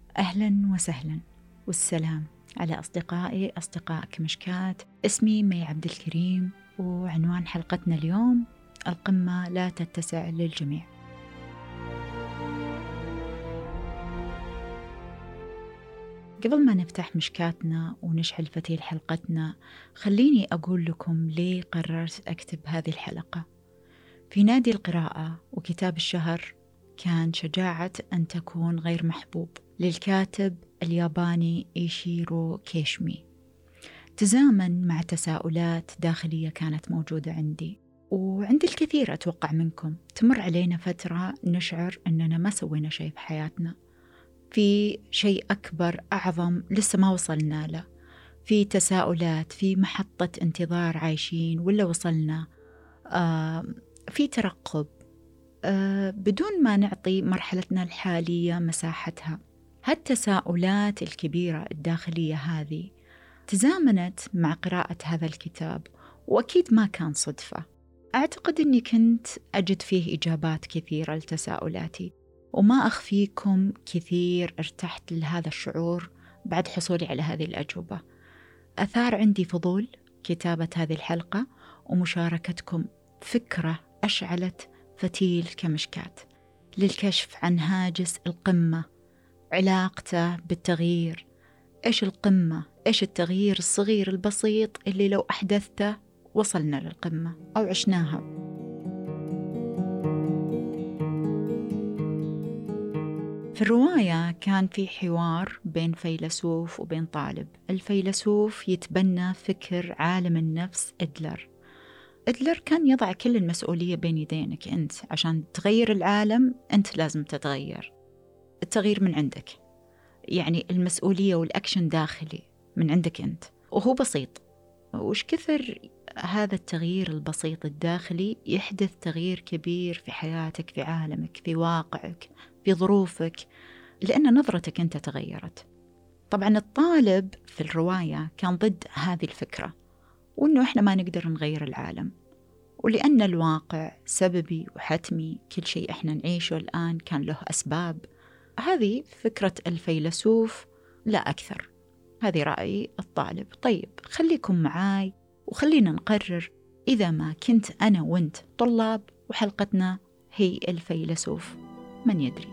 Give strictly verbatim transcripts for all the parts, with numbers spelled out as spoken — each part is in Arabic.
أهلا وسهلا والسلام على أصدقائي أصدقاء كمشكات. اسمي مي عبد الكريم، وعنوان حلقتنا اليوم: القمة لا تتسع للجميع. قبل ما نفتح مشكاتنا ونشعل فتيل حلقتنا، خليني أقول لكم ليه قررت أكتب هذه الحلقة. في نادي القراءة وكتاب الشهر كان شجاعة أن تكون غير محبوب للكاتب الياباني إيشيرو كيشمي تزامن مع تساؤلات داخلية كانت موجودة عندي وعند الكثير أتوقع منكم. تمر علينا فترة نشعر أننا ما سوينا شيء في حياتنا، في شيء أكبر أعظم لسه ما وصلنا له، في تساؤلات، في محطة انتظار عايشين ولا وصلنا، آه في ترقب، آه بدون ما نعطي مرحلتنا الحالية مساحتها. هالتساؤلات الكبيرة الداخلية هذه تزامنت مع قراءة هذا الكتاب، وأكيد ما كان صدفة. أعتقد أني كنت أجد فيه إجابات كثيرة لتساؤلاتي، وما أخفيكم كثير ارتحت لهذا الشعور بعد حصولي على هذه الأجوبة. أثار عندي فضول كتابة هذه الحلقة ومشاركتكم فكرة أشعلت فتيل كمشكات للكشف عن هاجس القمة، علاقته بالتغيير. إيش القمة؟ إيش التغيير الصغير البسيط اللي لو أحدثته وصلنا للقمة أو عشناها؟ في الرواية كان في حوار بين فيلسوف وبين طالب. الفيلسوف يتبنى فكر عالم النفس إدلر. إدلر كان يضع كل المسؤولية بين يدينك أنت، عشان تغير العالم أنت لازم تتغير. التغيير من عندك، يعني المسؤولية والأكشن داخلي من عندك أنت، وهو بسيط. وش كثر هذا التغيير البسيط الداخلي يحدث تغيير كبير في حياتك، في عالمك، في واقعك، في ظروفك، لأن نظرتك أنت تغيرت. طبعا الطالب في الرواية كان ضد هذه الفكرة، وأنه إحنا ما نقدر نغير العالم، ولأن الواقع سببي وحتمي، كل شيء إحنا نعيشه الآن كان له أسباب. هذه فكرة الفيلسوف لا أكثر، هذه رأي الطالب. طيب خليكم معاي وخلينا نقرر، إذا ما كنت أنا وانت طلاب وحلقتنا هي الفيلسوف، من يدري؟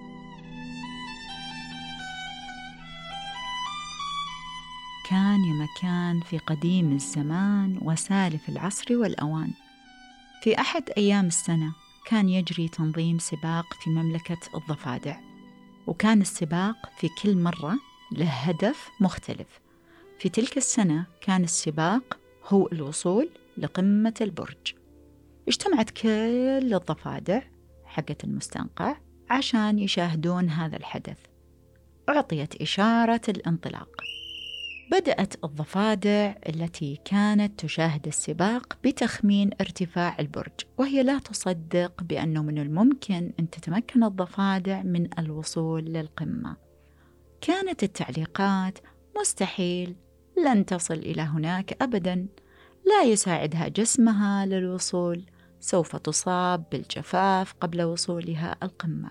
كان يا مكان في قديم الزمان وسالف العصر والأوان، في أحد أيام السنة كان يجري تنظيم سباق في مملكة الضفادع، وكان السباق في كل مرة له هدف مختلف. في تلك السنة كان السباق هو الوصول لقمة البرج. اجتمعت كل الضفادع حقت المستنقع عشان يشاهدون هذا الحدث. أعطيت إشارة الانطلاق. بدأت الضفادع التي كانت تشاهد السباق بتخمين ارتفاع البرج، وهي لا تصدق بأنه من الممكن أن تتمكن الضفادع من الوصول للقمة. كانت التعليقات: مستحيل، لن تصل إلى هناك أبدا، لا يساعدها جسمها للوصول، سوف تصاب بالجفاف قبل وصولها القمة.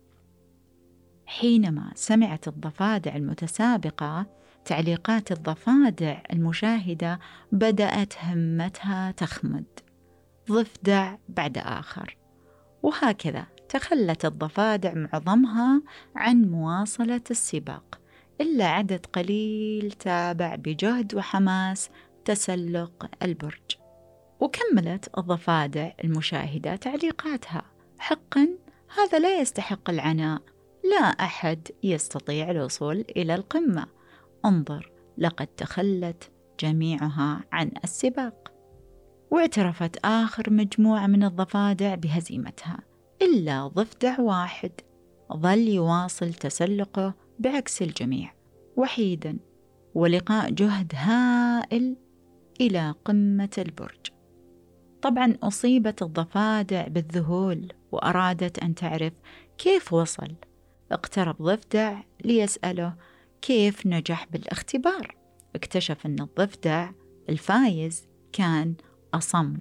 حينما سمعت الضفادع المتسابقة تعليقات الضفادع المشاهدة، بدأت همتها تخمد ضفدع بعد آخر، وهكذا تخلت الضفادع معظمها عن مواصلة السباق، إلا عدد قليل تابع بجهد وحماس تسلق البرج. وكملت الضفادع المشاهدة تعليقاتها: حقا هذا لا يستحق العناء، لا أحد يستطيع الوصول إلى القمة، انظر لقد تخلت جميعها عن السباق. واعترفت آخر مجموعة من الضفادع بهزيمتها، إلا ضفدع واحد ظل يواصل تسلقه بعكس الجميع وحيدا، ولقاء جهد هائل إلى قمة البرج. طبعا أصيبت الضفادع بالذهول وأرادت أن تعرف كيف وصل. اقترب ضفدع ليسأله كيف نجح بالاختبار. اكتشف أن الضفدع الفايز كان أصم.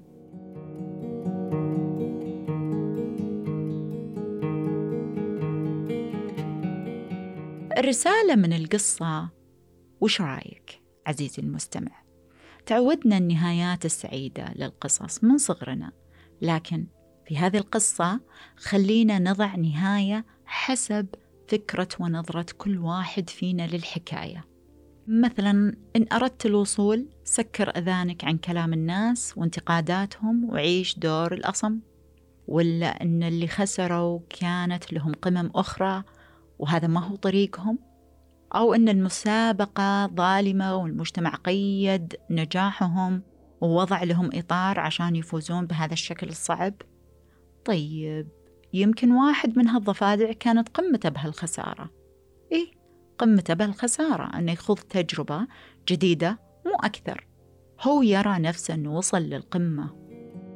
الرسالة من القصة، وش رأيك عزيزي المستمع؟ تعودنا النهايات السعيدة للقصص من صغرنا، لكن في هذه القصة خلينا نضع نهاية حسب فكرة ونظرة كل واحد فينا للحكاية. مثلا إن أردت الوصول، سكر أذانك عن كلام الناس وانتقاداتهم وعيش دور الأصم. ولا إن اللي خسروا كانت لهم قمم أخرى وهذا ما هو طريقهم. أو إن المسابقة ظالمة والمجتمع قيد نجاحهم ووضع لهم إطار عشان يفوزون بهذا الشكل الصعب. طيب يمكن واحد من هالضفادع كانت قمته بهالخسارة. إيه، قمته بهالخسارة أنه يخوض تجربة جديدة مو أكثر. هو يرى نفسه أنه وصل للقمة.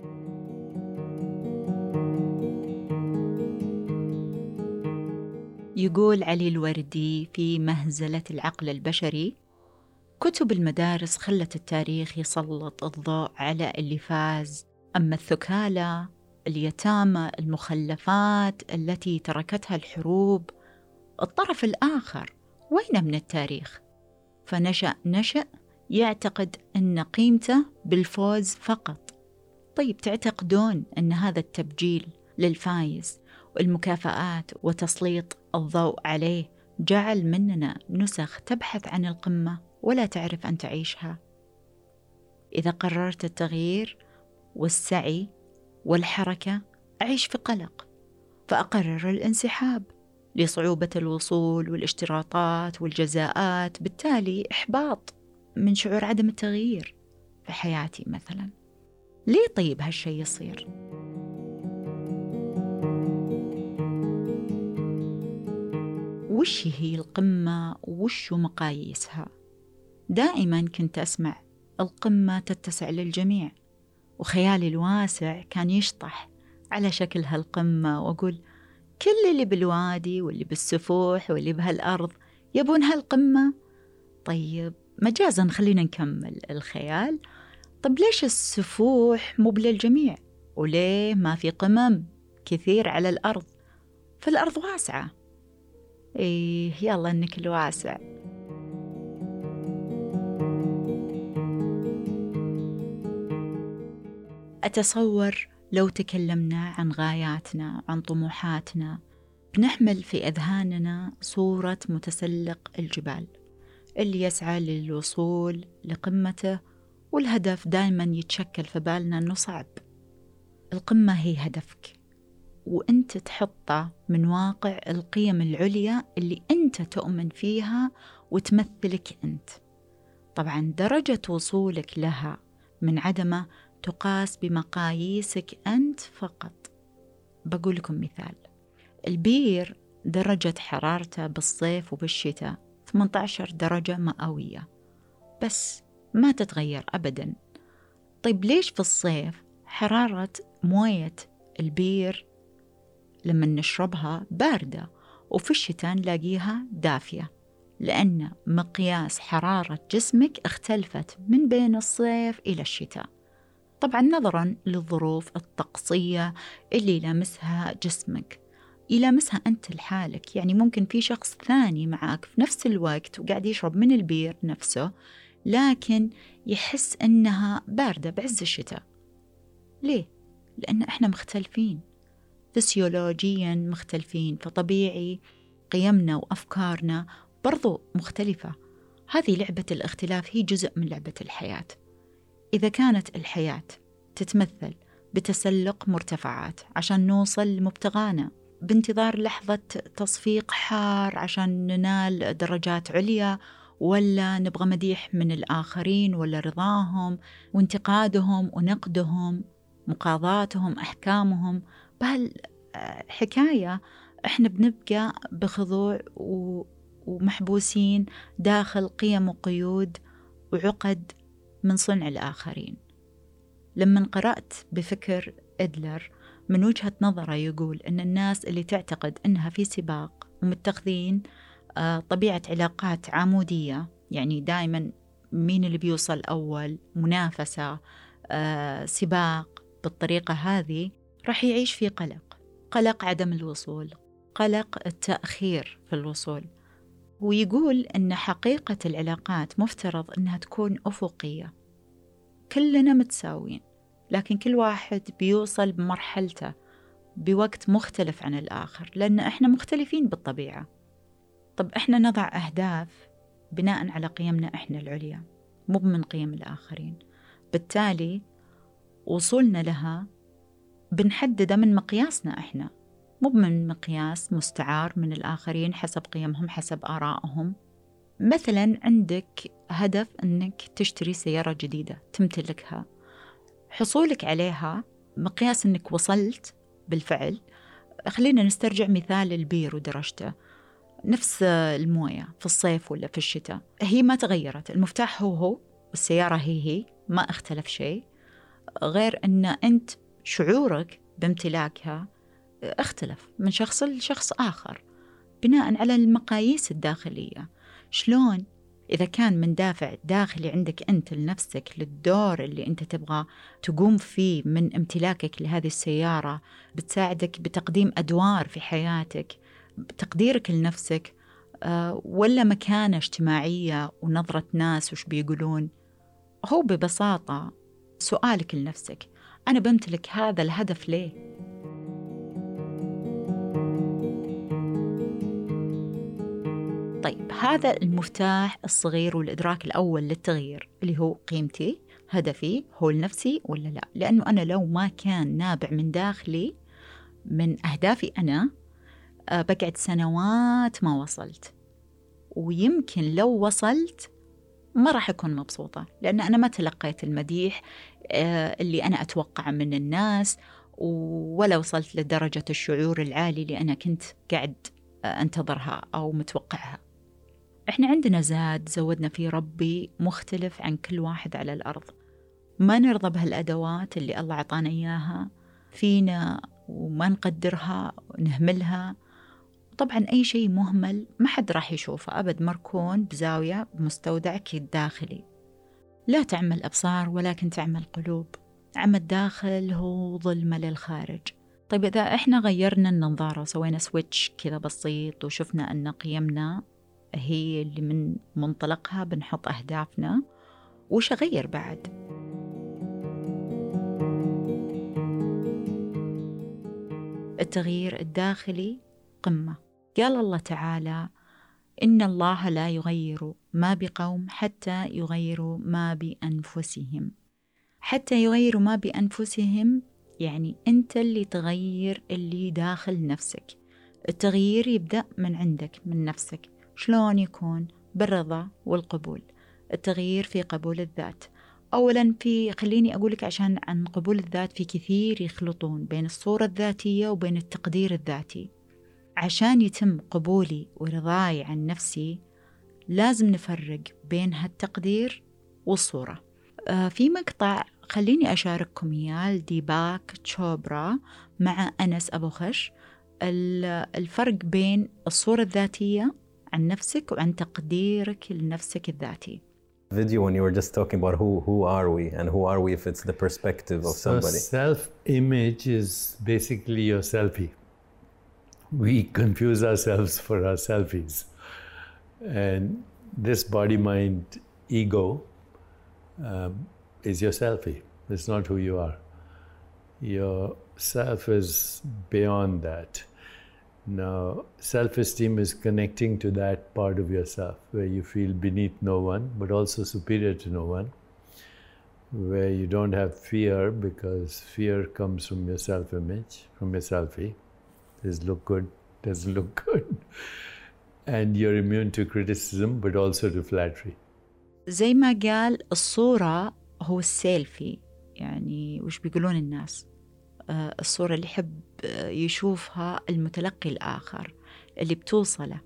يقول علي الوردي في مهزلة العقل البشري: كتب المدارس خلت التاريخ يسلط الضوء على اللي فاز، أما الثكالى، اليتامى، المخلفات التي تركتها الحروب، الطرف الآخر وين من التاريخ؟ فنشأ نشأ يعتقد أن قيمته بالفوز فقط. طيب تعتقدون أن هذا التبجيل للفايز والمكافآت وتسليط الضوء عليه جعل مننا نسخ تبحث عن القمة ولا تعرف أن تعيشها؟ إذا قررت التغيير والسعي والحركة، أعيش في قلق، فأقرر الانسحاب لصعوبة الوصول والاشتراطات والجزاءات، بالتالي إحباط من شعور عدم التغيير في حياتي مثلا. ليه طيب هالشي يصير؟ وش هي القمة وش مقاييسها؟ دائما كنت أسمع القمة تتسع للجميع، وخيالي الواسع كان يشطح على شكل هالقمة، وأقول كل اللي بالوادي واللي بالسفوح واللي بهالأرض يبون هالقمة. طيب مجازا خلينا نكمل الخيال. طب ليش السفوح مو للجميع؟ وليه ما في قمم كثير على الأرض؟ فالأرض واسعة. إيه يلا إنك الواسع. أتصور لو تكلمنا عن غاياتنا، عن طموحاتنا، بنحمل في أذهاننا صورة متسلق الجبال اللي يسعى للوصول لقمته، والهدف دائما يتشكل في بالنا أنه صعب. القمة هي هدفك، وأنت تحطه من واقع القيم العليا اللي أنت تؤمن فيها وتمثلك أنت. طبعا درجة وصولك لها من عدمه تقاس بمقاييسك أنت فقط. بقول لكم مثال: البير درجة حرارته بالصيف وبالشتاء ثمانية عشر درجة مئوية بس، ما تتغير أبدا. طيب ليش في الصيف حرارة موية البير لما نشربها باردة وفي الشتاء نلاقيها دافية؟ لأن مقياس حرارة جسمك اختلفت من بين الصيف إلى الشتاء، طبعا نظرا للظروف الطقسية اللي يلامسها جسمك، يلامسها أنت لحالك. يعني ممكن في شخص ثاني معك في نفس الوقت وقاعد يشرب من البير نفسه، لكن يحس أنها باردة بعز الشتاء. ليه؟ لأن إحنا مختلفين فسيولوجيا، مختلفين، فطبيعي قيمنا وأفكارنا برضو مختلفة. هذه لعبة الاختلاف هي جزء من لعبة الحياة. إذا كانت الحياة تتمثل بتسلق مرتفعات عشان نوصل لمبتغانا، بانتظار لحظة تصفيق حار عشان ننال درجات عليا، ولا نبغى مديح من الآخرين ولا رضاهم وانتقادهم ونقدهم، مقاضاتهم، أحكامهم، بهالحكاية إحنا بنبقى بخضوع ومحبوسين داخل قيم وقيود وعقد من صنع الآخرين. لما قرأت بفكر إدلر من وجهة نظره يقول أن الناس اللي تعتقد أنها في سباق ومتخذين طبيعة علاقات عمودية، يعني دائما مين اللي بيوصل أول، منافسة، سباق بالطريقة هذه، راح يعيش في قلق، قلق عدم الوصول، قلق التأخير في الوصول. ويقول أن حقيقة العلاقات مفترض أنها تكون أفقية، كلنا متساويين، لكن كل واحد بيوصل بمرحلته بوقت مختلف عن الآخر، لأن إحنا مختلفين بالطبيعة. طب إحنا نضع أهداف بناء على قيمنا إحنا العليا، مو من قيم الآخرين، بالتالي وصولنا لها بنحدده من مقياسنا إحنا، مو من مقياس مستعار من الآخرين حسب قيمهم حسب آرائهم. مثلا عندك هدف أنك تشتري سيارة جديدة تمتلكها، حصولك عليها مقياس أنك وصلت بالفعل. خلينا نسترجع مثال البير ودرجته، نفس الموية في الصيف ولا في الشتاء، هي ما تغيرت، المفتاح هو هو والسيارة هي هي، ما اختلف شيء، غير أن أنت شعورك بامتلاكها اختلف من شخص لشخص آخر بناء على المقاييس الداخلية. شلون؟ إذا كان من دافع داخلي عندك أنت لنفسك للدور اللي أنت تبغى تقوم فيه من امتلاكك لهذه السيارة، بتساعدك بتقديم أدوار في حياتك، بتقديرك لنفسك، أه ولا مكانة اجتماعية ونظرة ناس وش بيقولون. هو ببساطة سؤالك لنفسك، أنا بمتلك هذا الهدف ليه؟ طيب هذا المفتاح الصغير والإدراك الأول للتغيير اللي هو قيمتي، هدفي هو لنفسي ولا لا؟ لأنه أنا لو ما كان نابع من داخلي من أهدافي أنا بقعد سنوات ما وصلت، ويمكن لو وصلت ما راح أكون مبسوطة، لأن أنا ما تلقيت المديح اللي أنا أتوقع من الناس، ولا وصلت لدرجة الشعور العالي اللي أنا كنت قاعد أنتظرها أو متوقعها. إحنا عندنا زاد زودنا فيه ربي مختلف عن كل واحد على الأرض، ما نرضى بهالأدوات اللي الله عطانا إياها فينا وما نقدرها ونهملها. طبعا أي شيء مهمل ما حد راح يشوفه أبد، مركون بزاوية بمستودعك الداخلي. لا تعمل أبصار ولكن تعمل قلوب، عمى الداخل هو ظلمة للخارج. طيب إذا إحنا غيرنا النظارة وسوينا سويتش كذا بسيط وشفنا أن قيمنا هي اللي من منطلقها بنحط أهدافنا، وش أغير بعد؟ التغيير الداخلي قمة. قال الله تعالى: إن الله لا يغير ما بقوم حتى يغيروا ما بأنفسهم. حتى يغيروا ما بأنفسهم يعني أنت اللي تغير اللي داخل نفسك. التغيير يبدأ من عندك من نفسك. شلون يكون؟ بالرضا والقبول. التغيير في قبول الذات. أولا في خليني أقولك عشان عن قبول الذات، في كثير يخلطون بين الصورة الذاتية وبين التقدير الذاتي. عشان يتم قبولي ورضاي عن نفسي لازم نفرق بين هالتقدير والصورة. آه في مقطع خليني أشارككم إياه ديباك تشوبرا مع أنس أبو خش، الفرق بين الصورة الذاتية عن نفسك وعن تقديرك لنفسك الذاتي. Video when you were just talking about who who are we and who are we if it's the perspective of somebody. So self-image is basically your selfie. We confuse ourselves for our selfies, and this body-mind ego um, is your selfie. It's not who you are. Your self is beyond that. Now, self-esteem is connecting to that part of yourself where you feel beneath no one, but also superior to no one, where you don't have fear because fear comes from your self-image, from your selfie. Does look good, doesn't look good. And you're immune to criticism, but also to flattery. زي ما قال الصورة هو السيلفي، يعني وش بيقولون الناس؟ الصورة اللي يحب يشوفها المتلقي الآخر اللي بتوصله.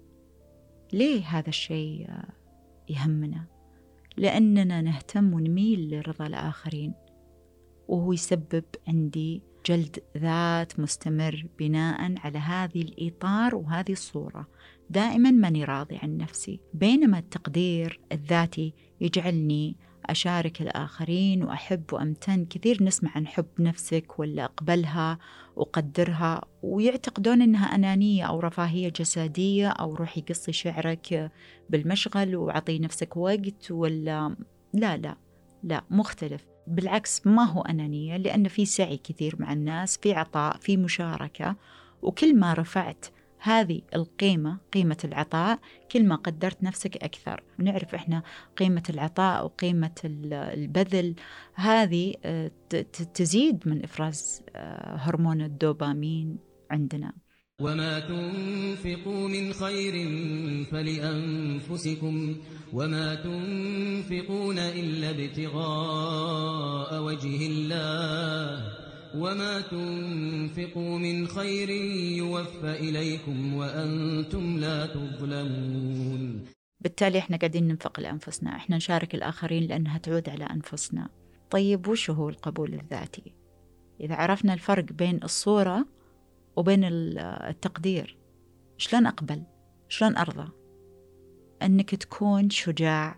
ليه هذا الشيء يهمنا؟ لأننا نهتم ونميل لرضا الآخرين، وهو يسبب عندي جلد ذات مستمر بناء على هذه الإطار وهذه الصورة. دائما ماني راضي عن نفسي، بينما التقدير الذاتي يجعلني أشارك الآخرين وأحب وأمتن. كثير نسمع عن حب نفسك ولا أقبلها وقدرها، ويعتقدون أنها أنانية أو رفاهية جسدية أو روحي قصي شعرك بالمشغل وعطي نفسك وقت، ولا لا لا لا، مختلف. بالعكس، ما هو أنانية، لأن في سعي كثير مع الناس، في عطاء، في مشاركة. وكل ما رفعت هذه القيمة، قيمة العطاء، كل ما قدرت نفسك أكثر. نعرف إحنا قيمة العطاء وقيمة البذل، هذه تزيد من إفراز هرمون الدوبامين عندنا. وما تنفقوا من خير فلأنفسكم وما تنفقون إلا ابتغاء وجه الله وما تنفقوا من خير يوفى إليكم وأنتم لا تظلمون. بالتالي احنا قاعدين ننفق لأنفسنا، احنا نشارك الآخرين لأنها تعود على أنفسنا. طيب وش هو القبول الذاتي؟ إذا عرفنا الفرق بين الصورة وبين التقدير، شلون أقبل؟ شلون أرضى؟ أنك تكون شجاع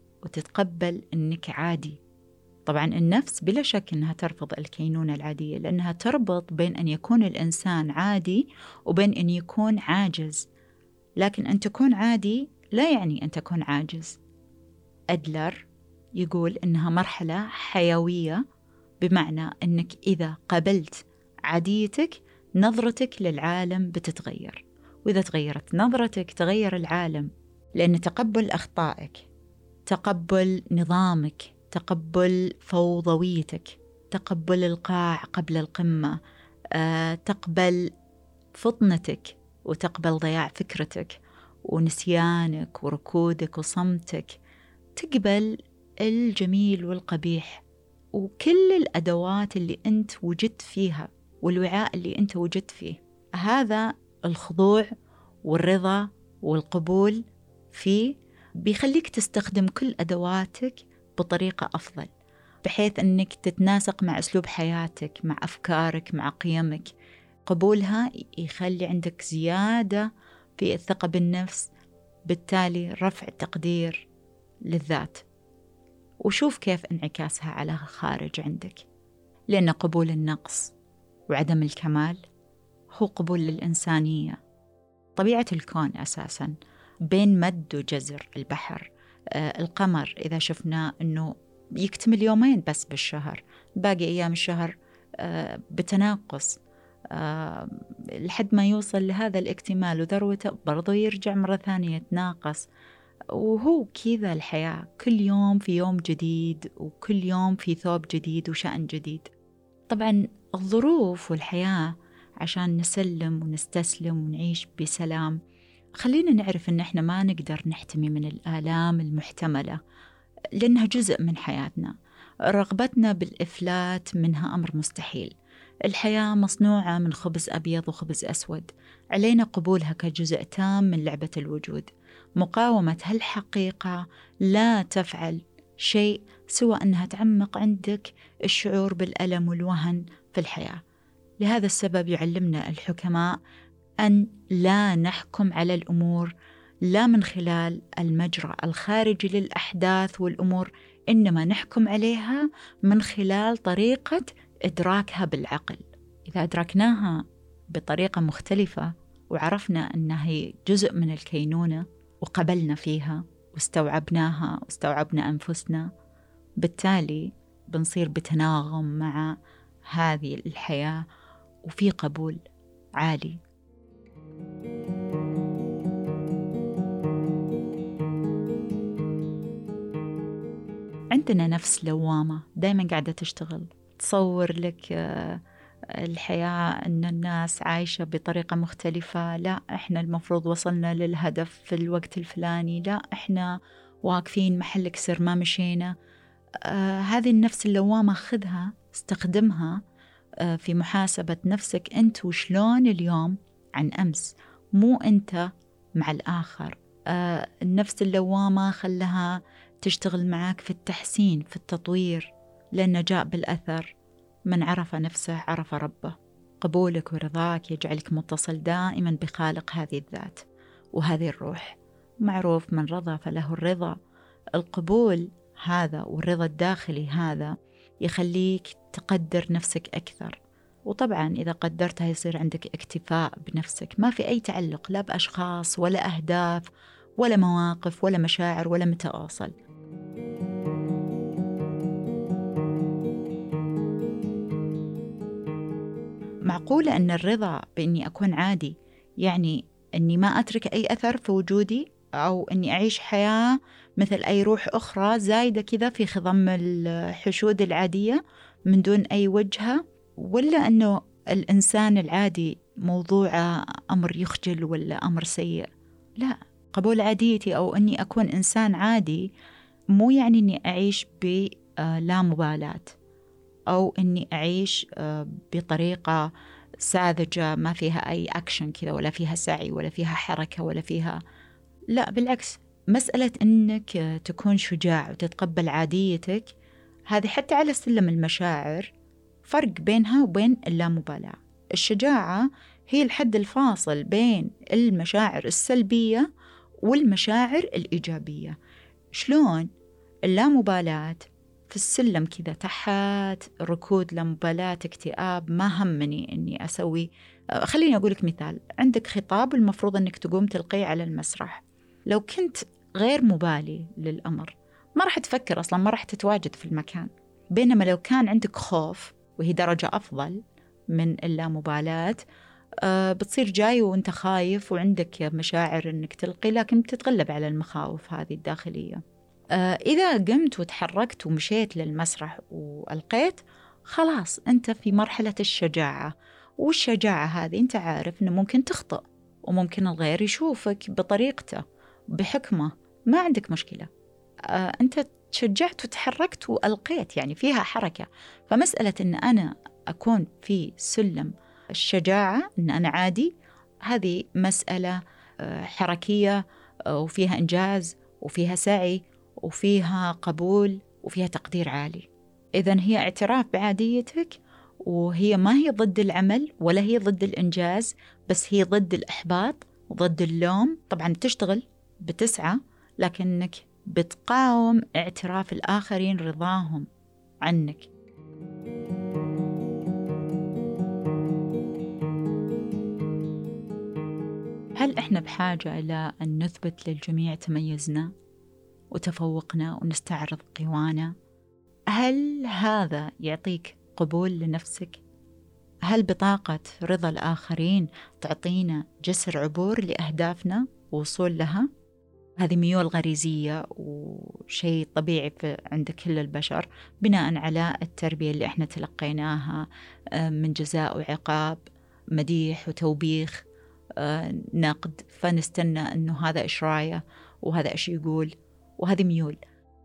وتتقبل أنك عادي. طبعا النفس بلا شك أنها ترفض الكينونة العادية، لأنها تربط بين أن يكون الإنسان عادي وبين أن يكون عاجز. لكن أن تكون عادي لا يعني أن تكون عاجز. أدلر يقول أنها مرحلة حيوية، بمعنى أنك إذا قبلت عاديتك نظرتك للعالم بتتغير، وإذا تغيرت نظرتك تغير العالم. لأن تقبل أخطائك، تقبل نظامك، تقبل فوضويتك، تقبل القاع قبل القمة، أه، تقبل فطنتك، وتقبل ضياع فكرتك ونسيانك وركودك وصمتك، تقبل الجميل والقبيح وكل الأدوات اللي أنت وجدت فيها والوعاء اللي أنت وجدت فيه. هذا الخضوع والرضا والقبول فيه بيخليك تستخدم كل أدواتك بطريقة أفضل، بحيث أنك تتناسق مع أسلوب حياتك، مع أفكارك، مع قيمك. قبولها يخلي عندك زيادة في الثقة بالنفس، بالتالي رفع التقدير للذات. وشوف كيف انعكاسها على الخارج عندك، لأن قبول النقص وعدم الكمال هو قبول للإنسانية. طبيعة الكون أساساً بين مد وجزر البحر. آه القمر إذا شفنا أنه يكتمل يومين بس بالشهر، باقي أيام الشهر آه بتناقص، آه لحد ما يوصل لهذا الاكتمال وذروته برضو يرجع مرة ثانية يتناقص. وهو كذا الحياة، كل يوم في يوم جديد، وكل يوم في ثوب جديد وشأن جديد. طبعا الظروف والحياة عشان نسلم ونستسلم ونعيش بسلام، خلينا نعرف أن احنا ما نقدر نحتمي من الآلام المحتملة، لأنها جزء من حياتنا. رغبتنا بالإفلات منها أمر مستحيل. الحياة مصنوعة من خبز أبيض وخبز أسود، علينا قبولها كجزء تام من لعبة الوجود. مقاومة هالحقيقة لا تفعل شيء سوى أنها تعمق عندك الشعور بالألم والوهن في الحياة. لهذا السبب يعلمنا الحكماء أن لا نحكم على الأمور لا من خلال المجرى الخارجي للأحداث والأمور، إنما نحكم عليها من خلال طريقة إدراكها بالعقل. إذا أدركناها بطريقة مختلفة وعرفنا أنها هي جزء من الكينونة وقبلنا فيها واستوعبناها واستوعبنا أنفسنا، بالتالي بنصير بتناغم مع هذه الحياة وفي قبول عالي. عندنا نفس لوامة دايما قاعدة تشتغل، تصور لك الحياة أن الناس عايشة بطريقة مختلفة. لا، إحنا المفروض وصلنا للهدف في الوقت الفلاني، لا إحنا واقفين محل كسر ما مشينا. آه هذه النفس اللوامة خذها استخدمها آه في محاسبة نفسك أنت وشلون اليوم عن أمس، مو أنت مع الآخر. آه النفس اللوامة خلها تشتغل معك في التحسين، في التطوير، لأنه جاء بالأثر من عرف نفسه عرف ربه. قبولك ورضاك يجعلك متصل دائما بخالق هذه الذات وهذه الروح. معروف من رضى فله الرضا. القبول هذا والرضا الداخلي هذا يخليك تقدر نفسك أكثر. وطبعا إذا قدرتها يصير عندك اكتفاء بنفسك، ما في أي تعلق لا بأشخاص ولا أهداف ولا مواقف ولا مشاعر ولا متى أوصل. معقولة أن الرضا بإني أكون عادي يعني أني ما أترك أي أثر في وجودي، أو أني أعيش حياة مثل أي روح أخرى زايدة كذا في خضم الحشود العادية من دون أي وجهة؟ ولا أنه الإنسان العادي موضوع أمر يخجل ولا أمر سيء؟ لا، قبول عاديتي أو أني أكون إنسان عادي مو يعني أني أعيش بلا مبالاة، أو أني أعيش بطريقة ساذجة ما فيها أي أكشن كذا، ولا فيها سعي ولا فيها حركة ولا فيها، لا بالعكس. مسألة أنك تكون شجاع وتتقبل عاديتك، هذه حتى على سلم المشاعر فرق بينها وبين اللامبالاة. الشجاعة هي الحد الفاصل بين المشاعر السلبية والمشاعر الإيجابية. شلون؟ اللامبالاة في السلم كذا تحت ركود لامبالاة اكتئاب، ما همني أني أسوي. خليني أقولك مثال، عندك خطاب المفروض أنك تقوم تلقيه على المسرح، لو كنت غير مبالي للأمر ما راح تفكر أصلا، ما راح تتواجد في المكان. بينما لو كان عندك خوف، وهي درجة أفضل من اللامبالاة، أه بتصير جاي وانت خايف وعندك مشاعر أنك تلقي، لكن بتتغلب على المخاوف هذه الداخلية. أه إذا قمت وتحركت ومشيت للمسرح وألقيت، خلاص أنت في مرحلة الشجاعة. والشجاعة هذه أنت عارف أنه ممكن تخطئ، وممكن الغير يشوفك بطريقته بحكمة، ما عندك مشكلة. آه أنت تشجعت وتحركت وألقيت، يعني فيها حركة. فمسألة أن أنا أكون في سلم الشجاعة أن أنا عادي، هذه مسألة آه حركية، آه وفيها إنجاز وفيها سعي وفيها قبول وفيها تقدير عالي. إذن هي اعتراف بعاديتك، وهي ما هي ضد العمل ولا هي ضد الإنجاز، بس هي ضد الإحباط وضد اللوم. طبعا بتشتغل بتسعى، لكنك بتقاوم اعتراف الآخرين رضاهم عنك. هل إحنا بحاجة إلى أن نثبت للجميع تميزنا وتفوقنا ونستعرض قوانا؟ هل هذا يعطيك قبول لنفسك؟ هل بطاقة رضا الآخرين تعطينا جسر عبور لأهدافنا ووصول لها؟ هذه ميول غريزية وشيء طبيعي عند كل البشر، بناء على التربية اللي احنا تلقيناها من جزاء وعقاب، مديح وتوبيخ، نقد، فنستنى أنه هذا إيش رايه وهذا إيش يقول، وهذه ميول.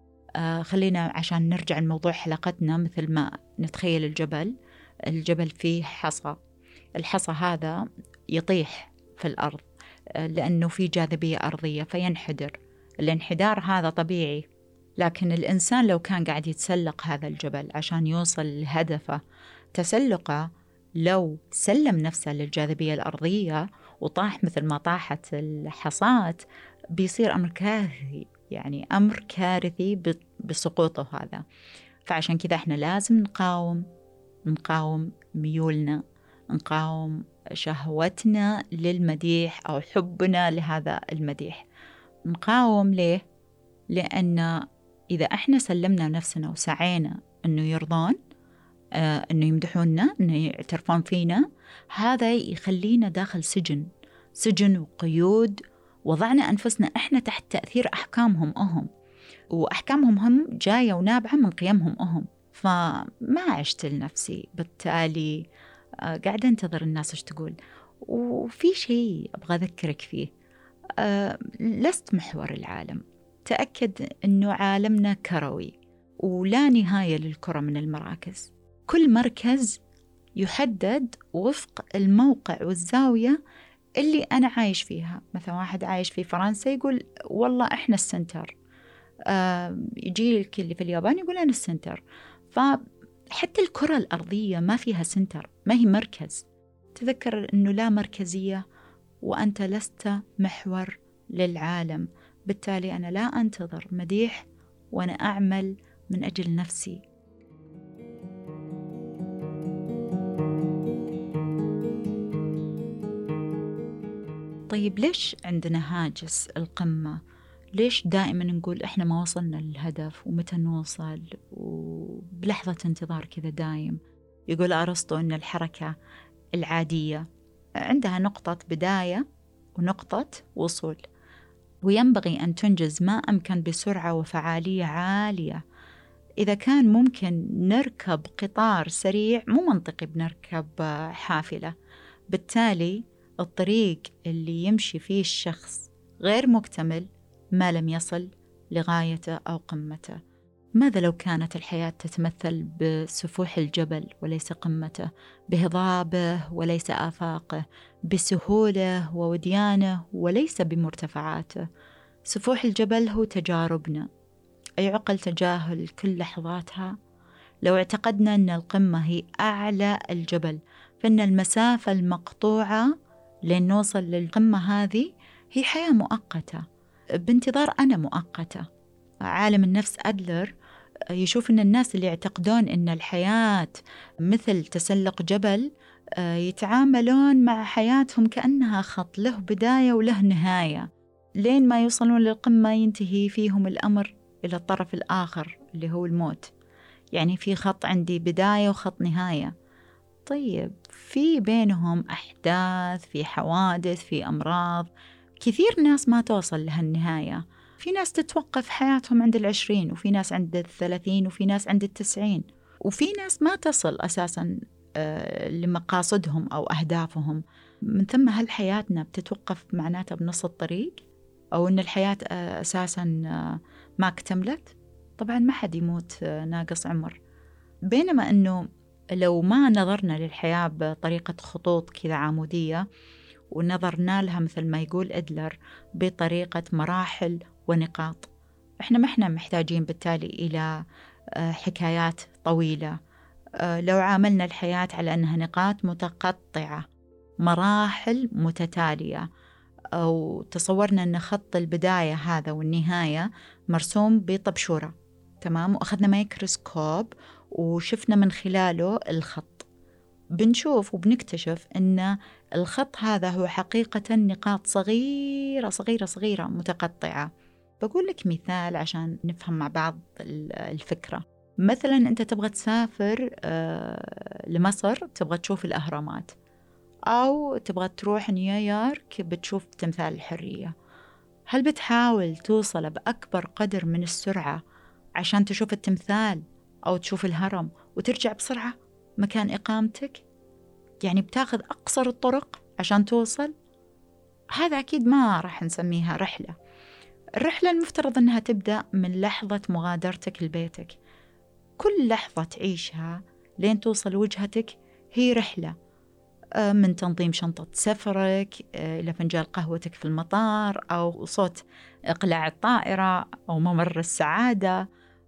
خلينا عشان نرجع لموضوع حلقتنا، مثل ما نتخيل الجبل الجبل فيه حصى، الحصى هذا يطيح في الأرض لأنه في جاذبية أرضية فينحدر. الانحدار هذا طبيعي، لكن الإنسان لو كان قاعد يتسلق هذا الجبل عشان يوصل لهدفه، تسلقه لو سلم نفسه للجاذبية الأرضية وطاح مثل ما طاحت الحصاة، بيصير أمر كارثي، يعني أمر كارثي بسقوطه هذا. فعشان كذا إحنا لازم نقاوم نقاوم ميولنا، نقاوم شهوتنا للمديح أو حبنا لهذا المديح. نقاوم ليه؟ لأن إذا إحنا سلمنا نفسنا وسعينا أنه يرضون، آه أنه يمدحوننا، أنه يعترفون فينا، هذا يخلينا داخل سجن سجن وقيود، وضعنا أنفسنا إحنا تحت تأثير أحكامهم أهم، وأحكامهم هم جاية ونابعة من قيمهم أهم. فما عشت لنفسي، بالتالي آه قاعدة انتظر الناس ايش تقول. وفي شيء أبغى أذكرك فيه، آه لست محور العالم. تأكد أنه عالمنا كروي ولا نهاية للكرة من المراكز. كل مركز يحدد وفق الموقع والزاوية اللي أنا عايش فيها. مثلا واحد عايش في فرنسا يقول والله إحنا السنتر، آه يجي لك اللي في اليابان يقول أنا السنتر. فحتى الكرة الأرضية ما فيها سنتر، ما هي مركز. تذكر أنه لا مركزية، وأنت لست محور للعالم. بالتالي أنا لا أنتظر مديح وأنا أعمل من أجل نفسي. طيب ليش عندنا هاجس القمة؟ ليش دائما نقول إحنا ما وصلنا للهدف ومتى نوصل، وبلحظة انتظار كذا دايم؟ يقول أرسطو أن الحركة العادية عندها نقطة بداية ونقطة وصول، وينبغي أن تنجز ما أمكن بسرعة وفعالية عالية. إذا كان ممكن نركب قطار سريع مو منطقي بنركب حافلة. بالتالي الطريق اللي يمشي فيه الشخص غير مكتمل ما لم يصل لغايته أو قمته. ماذا لو كانت الحياة تتمثل بسفوح الجبل وليس قمته، بهضابه وليس آفاقه، بسهوله ووديانه وليس بمرتفعاته؟ سفوح الجبل هو تجاربنا، أي عقل تجاهل كل لحظاتها؟ لو اعتقدنا أن القمة هي أعلى الجبل، فإن المسافة المقطوعة لين نوصل للقمة هذه هي حياة مؤقتة بانتظار أنا مؤقتة. عالم النفس أدلر يشوف أن الناس اللي يعتقدون أن الحياة مثل تسلق جبل يتعاملون مع حياتهم كأنها خط له بداية وله نهاية، لين ما يوصلون للقمة ينتهي فيهم الأمر إلى الطرف الآخر اللي هو الموت. يعني في خط عندي بداية وخط نهاية. طيب في بينهم أحداث، في حوادث، في أمراض. كثير ناس ما توصل لها النهاية. في ناس تتوقف حياتهم عند العشرين، وفي ناس عند الثلاثين، وفي ناس عند التسعين، وفي ناس ما تصل أساساً لمقاصدهم أو أهدافهم. من ثم هل حياتنا بتتوقف معناتها بنص الطريق، أو أن الحياة أساساً ما اكتملت؟ طبعاً ما حد يموت ناقص عمر. بينما أنه لو ما نظرنا للحياة بطريقة خطوط كذا عمودية، ونظرنا لها مثل ما يقول أدلر بطريقة مراحل ونقاط، إحنا ما إحنا محتاجين بالتالي إلى حكايات طويلة. لو عاملنا الحياة على أنها نقاط متقطعة، مراحل متتالية، أو تصورنا أن خط البداية هذا والنهاية مرسوم بطبشورة، تمام، وأخذنا ميكروسكوب وشفنا من خلاله الخط، بنشوف وبنكتشف أن الخط هذا هو حقيقة نقاط صغيرة صغيرة صغيرة متقطعة. بقول لك مثال عشان نفهم مع بعض الفكرة. مثلا أنت تبغى تسافر لمصر، تبغى تشوف الأهرامات، أو تبغى تروح نيويورك بتشوف تمثال الحرية. هل بتحاول توصل بأكبر قدر من السرعة عشان تشوف التمثال أو تشوف الهرم وترجع بسرعة مكان إقامتك؟ يعني بتاخذ أقصر الطرق عشان توصل؟ هذا أكيد ما راح نسميها رحلة. الرحلة المفترض أنها تبدأ من لحظة مغادرتك لبيتك. كل لحظة تعيشها لين توصل وجهتك هي رحلة، من تنظيم شنطة سفرك إلى فنجان قهوتك في المطار، أو صوت إقلاع الطائرة، أو ممر السعادة،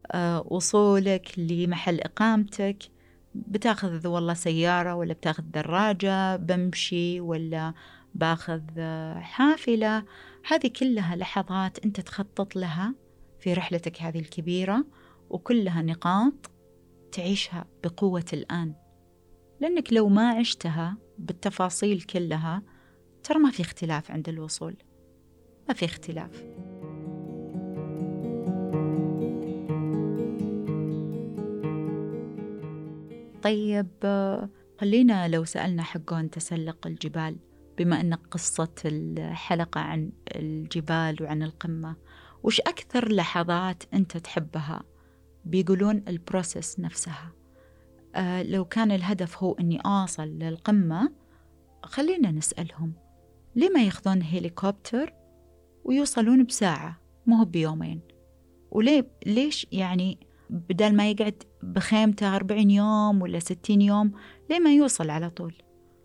وصولك لمحل إقامتك. بتاخذ والله سيارة ولا بتاخذ دراجة، بمشي ولا باخذ حافلة. هذه كلها لحظات أنت تخطط لها في رحلتك هذه الكبيرة، وكلها نقاط تعيشها بقوة الآن. لأنك لو ما عشتها بالتفاصيل كلها ترى ما في اختلاف عند الوصول، ما في اختلاف. طيب خلينا لو سألنا حقون تسلق الجبال، بما أن قصة الحلقة عن الجبال وعن القمة، وش أكثر لحظات أنت تحبها؟ بيقولون البروسيس نفسها. آه لو كان الهدف هو أني أوصل للقمة، خلينا نسألهم ليه ما ياخذون هليكوبتر ويوصلون بساعة مو هو بيومين؟ وليه ليش يعني بدل ما يقعد بخيمته أربعين يوم ولا ستين يوم، ليه ما يوصل على طول؟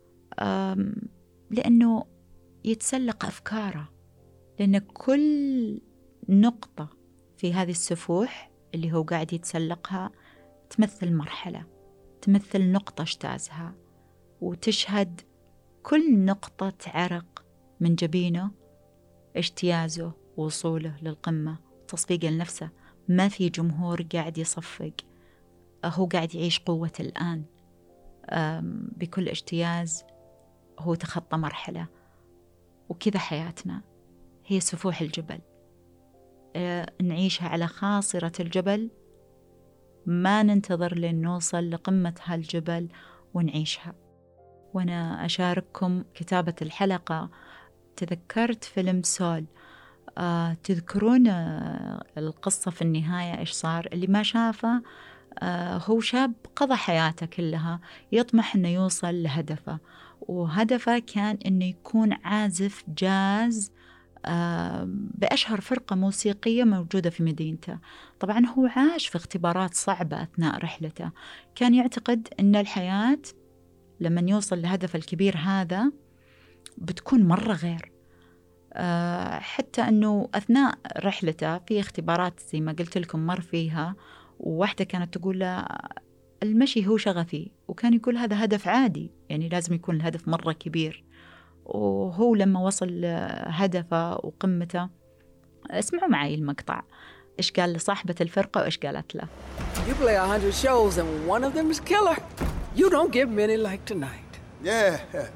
لأنه يتسلق أفكاره، لأن كل نقطة في هذه السفوح اللي هو قاعد يتسلقها تمثل مرحلة، تمثل نقطة اجتازها، وتشهد كل نقطة عرق من جبينه اجتيازه ووصوله للقمة، تصفيقه لنفسه ما في جمهور قاعد يصفق، هو قاعد يعيش قوة الآن بكل اجتياز. هو تخطى مرحلة، وكذا حياتنا هي سفوح الجبل، نعيشها على خاصرة الجبل، ما ننتظر لين نوصل لقمة هالجبل ونعيشها. وأنا أشارككم كتابة الحلقة تذكرت فيلم سول. آه، تذكرون آه، القصة في النهاية إيش صار؟ اللي ما شافه، آه، هو شاب قضى حياته كلها يطمح أنه يوصل لهدفه، وهدفه كان أنه يكون عازف جاز آه، بأشهر فرقة موسيقية موجودة في مدينته. طبعا هو عاش في اختبارات صعبة أثناء رحلته، كان يعتقد أن الحياة لما يوصل لهدف الكبير هذا بتكون مرة غير. أه حتى أنه أثناء رحلته في اختبارات زي ما قلت لكم مر فيها، وواحدة كانت تقول له المشي هو شغفي، وكان يقول هذا هدف عادي، يعني لازم يكون الهدف مرة كبير. وهو لما وصل هدفه وقمته، اسمعوا معي المقطع إيش قال لصاحبة الفرقة وإيش قالت له. You play a hundred shows and one of them is killer. You don't get many like tonight. Yeah.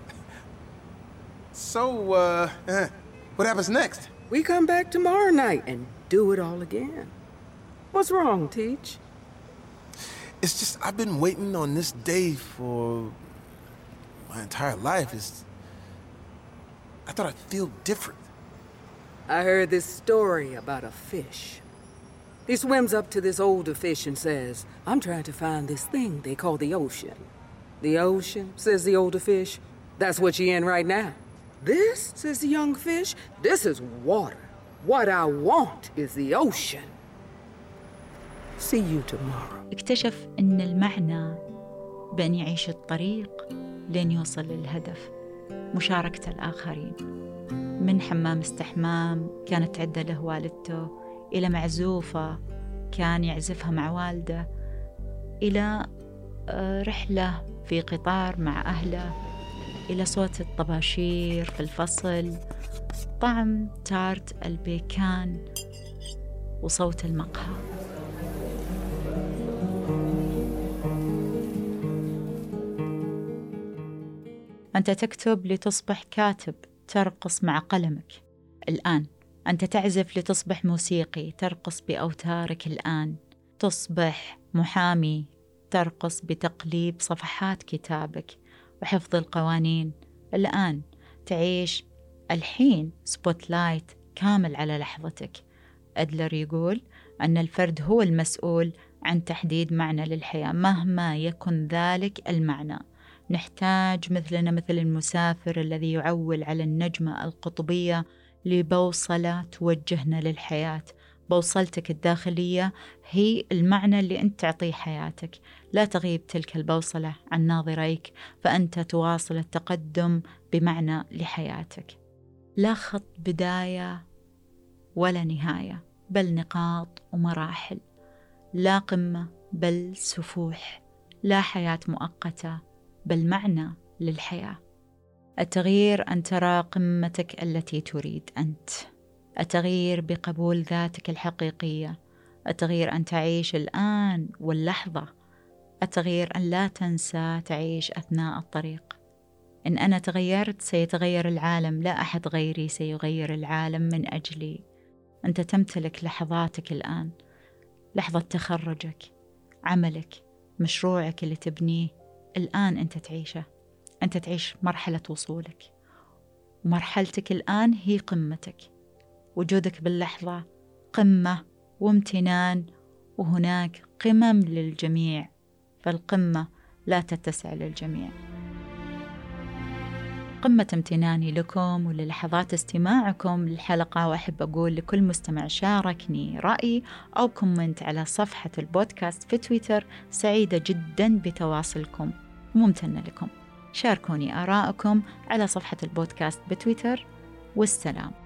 So, uh, what happens next? We come back tomorrow night and do it all again. What's wrong, Teach? It's just I've been waiting on this day for my entire life. It's, I thought I'd feel different. I heard this story about a fish. He swims up to this older fish and says, I'm trying to find this thing they call the ocean. The ocean, says the older fish, that's what you're in right now. This, says the young fish, this is water. What I want is the ocean. See you tomorrow. اكتشف أن المعنى بأن يعيش الطريق لين يوصل للهدف مشاركة الآخرين. من حمام استحمام كانت تعده له والدته، إلى معزوفة كان يعزفها مع والده، إلى رحلة في قطار مع أهله، إلى صوت الطباشير في الفصل، طعم تارت البيكان، وصوت المقهى. أنت تكتب لتصبح كاتب، ترقص مع قلمك الآن. أنت تعزف لتصبح موسيقي، ترقص بأوتارك الآن. تصبح محامي، ترقص بتقليب صفحات كتابك وحفظ القوانين الآن. تعيش الحين سبوتلايت كامل على لحظتك. أدلر يقول أن الفرد هو المسؤول عن تحديد معنى للحياة مهما يكن ذلك المعنى. نحتاج مثلنا مثل المسافر الذي يعول على النجمة القطبية لبوصلة توجهنا للحياة. بوصلتك الداخلية هي المعنى اللي أنت تعطيه حياتك. لا تغيب تلك البوصلة عن ناظريك، فأنت تواصل التقدم بمعنى لحياتك. لا خط بداية ولا نهاية، بل نقاط ومراحل. لا قمة بل سفوح. لا حياة مؤقتة بل معنى للحياة. التغيير أن ترى قمتك التي تريد أنت. التغيير بقبول ذاتك الحقيقية. التغيير أن تعيش الآن واللحظة. التغيير أن لا تنسى تعيش أثناء الطريق. إن أنا تغيرت سيتغير العالم، لا أحد غيري سيغير العالم من أجلي. أنت تمتلك لحظاتك الآن، لحظة تخرجك، عملك، مشروعك اللي تبنيه الآن أنت تعيشه. أنت تعيش مرحلة وصولك، ومرحلتك الآن هي قمتك. وجودك باللحظة قمة وامتنان، وهناك قمم للجميع، فالقمة لا تتسع للجميع. قمة امتناني لكم وللحظات استماعكم للحلقة. وأحب أقول لكل مستمع شاركني رأي أو كومنت على صفحة البودكاست في تويتر. سعيدة جدا بتواصلكم وممتنة لكم. شاركوني آراءكم على صفحة البودكاست بتويتر. والسلام.